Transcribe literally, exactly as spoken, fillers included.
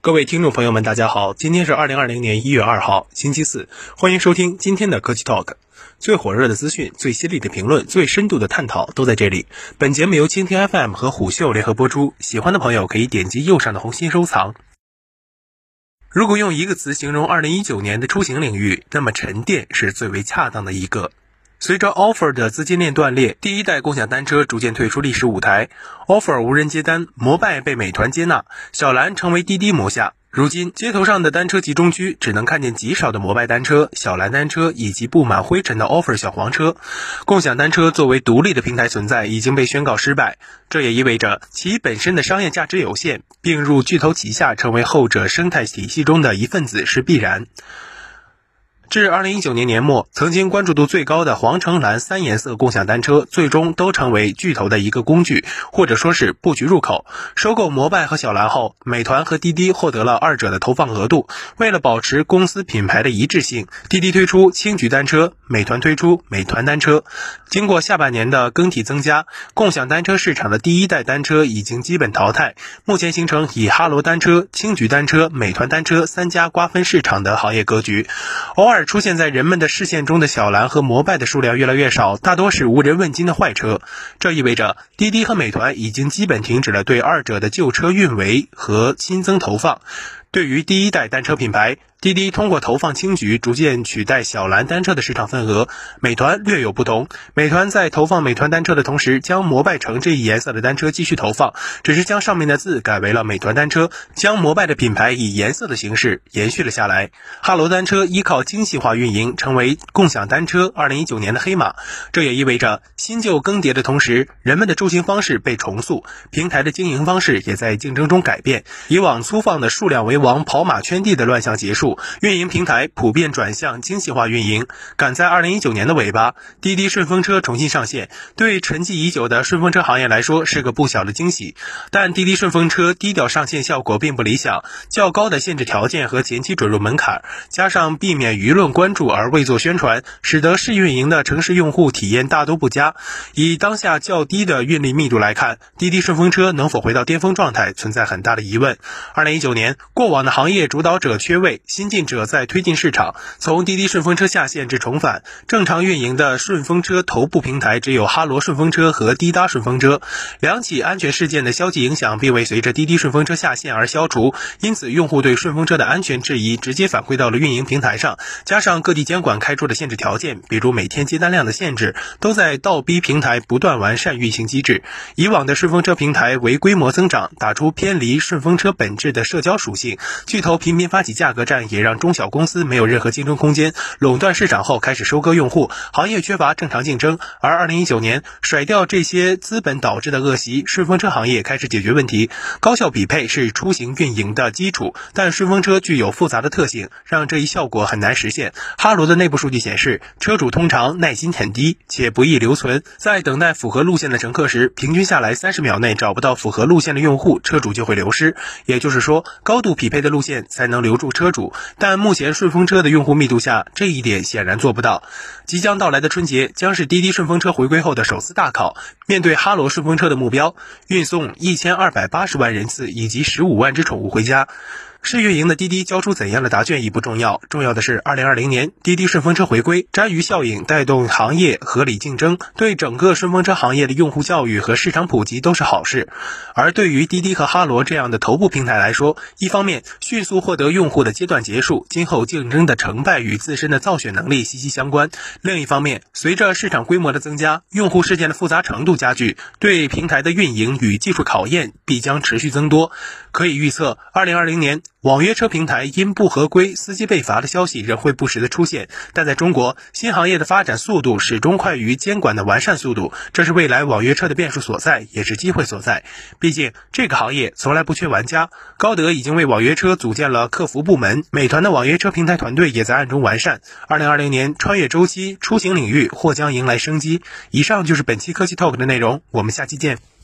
各位听众朋友们，大家好，今天是二零二零年一月二号，星期四，欢迎收听今天的科技 Talk。最火热的资讯、最犀利的评论、最深度的探讨都在这里。本节目由蜻蜓 F M 和虎嗅联合播出，喜欢的朋友可以点击右上的红心收藏。如果用一个词形容二零一九年的出行领域，那么沉淀是最为恰当的一个。随着 offer 的资金链断裂，第一代共享单车逐渐退出历史舞台， offer 无人接单，摩拜被美团接纳，小蓝成为滴滴魔下。如今街头上的单车集中区只能看见极少的摩拜单车、小蓝单车以及布满灰尘的 offer 小黄车。共享单车作为独立的平台存在已经被宣告失败，这也意味着其本身的商业价值有限，并入巨头旗下成为后者生态体系中的一份子是必然。至二零一九年年末，曾经关注度最高的黄橙蓝三颜色共享单车最终都成为巨头的一个工具，或者说是布局入口。收购摩拜和小蓝后，美团和滴滴获得了二者的投放额度。为了保持公司品牌的一致性，滴滴推出青桔单车，美团推出美团单车。经过下半年的更替增加，共享单车市场的第一代单车已经基本淘汰，目前形成以哈罗单车、青桔单车、美团单车三家瓜分市场的行业格局。偶尔出现在人们的视线中的小蓝和摩拜的数量越来越少，大多是无人问津的坏车。这意味着滴滴和美团已经基本停止了对二者的旧车运维和新增投放。对于第一代单车品牌，滴滴通过投放青桔逐渐取代小蓝单车的市场份额，美团略有不同。美团在投放美团单车的同时，将摩拜橙这一颜色的单车继续投放，只是将上面的字改为了美团单车，将摩拜的品牌以颜色的形式延续了下来。哈罗单车依靠精细化运营，成为共享单车二零一九年的黑马。这也意味着新旧更迭的同时，人们的出行方式被重塑，平台的经营方式也在竞争中改变。以往粗放的数量为王、跑马圈地的乱象结束，运营平台普遍转向精细化运营。赶在二零一九年的尾巴，滴滴顺风车重新上线，对沉寂已久的顺风车行业来说是个不小的惊喜。但滴滴顺风车低调上线效果并不理想，较高的限制条件和前期准入门槛，加上避免舆论关注而未做宣传，使得试运营的城市用户体验大都不佳。以当下较低的运力密度来看，滴滴顺风车能否回到巅峰状态存在很大的疑问。二零一九年，过往的行业主导者缺位，新进者在推进市场。从滴滴顺风车下线至重返，正常运营的顺风车头部平台只有哈罗顺风车和滴答顺风车。两起安全事件的消极影响并未随着滴滴顺风车下线而消除，因此用户对顺风车的安全质疑直接反馈到了运营平台上，加上各地监管开出的限制条件，比如每天接单量的限制，都在倒逼平台不断完善运行机制。以往的顺风车平台为规模增长，打出偏离顺风车本质的社交属性，巨头频频发起价格战，也让中小公司没有任何竞争空间，垄断市场后开始收割用户，行业缺乏正常竞争。而二零一九年，甩掉这些资本导致的恶习，顺风车行业开始解决问题。高效匹配是出行运营的基础，但顺风车具有复杂的特性，让这一效果很难实现。哈罗的内部数据显示，车主通常耐心很低，且不易留存，在等待符合路线的乘客时，平均下来三十秒内找不到符合路线的用户，车主就会流失。也就是说，高度匹配的路线才能留住车主，但目前顺风车的用户密度下，这一点显然做不到。即将到来的春节将是滴滴顺风车回归后的首次大考，面对哈罗顺风车的目标，运送一千二百八十万人次以及十五万只宠物回家。试运营的滴滴交出怎样的答卷已不重要，重要的是二零二零年滴滴顺风车回归，鲇鱼效应带动行业合理竞争，对整个顺风车行业的用户教育和市场普及都是好事。而对于滴滴和哈罗这样的头部平台来说，一方面迅速获得用户的阶段结束，今后竞争的成败与自身的造血能力息息相关；另一方面，随着市场规模的增加，用户事件的复杂程度加剧，对平台的运营与技术考验必将持续增多。可以预测，二零二零年网约车平台因不合规司机被罚的消息仍会不时的出现，但在中国，新行业的发展速度始终快于监管的完善速度，这是未来网约车的变数所在，也是机会所在。毕竟这个行业从来不缺玩家，高德已经为网约车组建了客服部门，美团的网约车平台团队也在暗中完善。二零二零年穿越周期，出行领域或将迎来生机。以上就是本期科技 Talk 的内容，我们下期见。